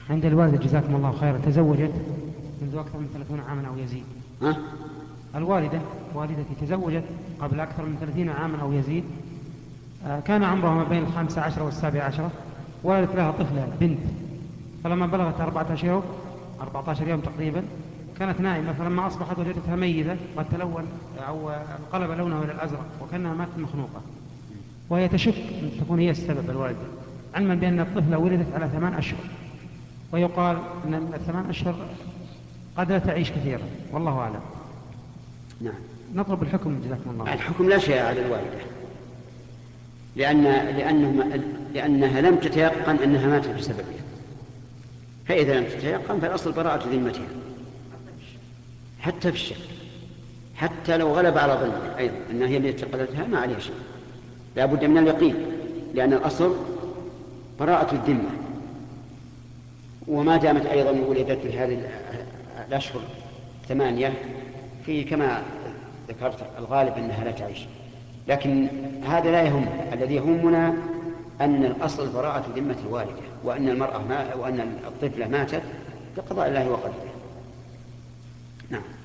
عند الوالدة جزاكم الله خيرا تزوجت منذ أكثر من 30 عاما أو يزيد. ها؟ والدتي تزوجت قبل أكثر من 30 عاما أو يزيد. كان عمرها ما بين 15 و17، ولدت لها طفلة بنت، فلما بلغت 14 يوم تقريبا كانت نائمة، فلما أصبحت وجدتها ميتة قد تلون أو قلب لونها إلى الأزرق وكأنها ماتت مخنوقة، وهي تشك أن تكون هي السبب الوالدة، علما بأن الطفلة ولدت على 8 أشهر، ويقال أن 8 أشهر قد لا تعيش كثيرا، والله أعلم. نعم. نطلب الحكم جزاكم الله. الحكم لا شيء على الوالدة، لأنها لم تتيقن أنها ماتت بسببه، فإذا لم تتيقن فالأصل براءة ذمتها حتى في الشك، حتى لو غلب على ظنها أيضا أنها هي التي قتلتها ما عليها شيء، لا بد من اليقين، لأن الأصل براءة الذمة. وما دامت أيضا ولدت في هذه الأشهر 8 في كما ذكرت الغالب أنها لا تعيش، لكن هذا لا يهم. الذي يهمنا أن الأصل براءة ذمة الوالدة، وأن الطفلة ماتت بقضاء الله وقدره. نعم.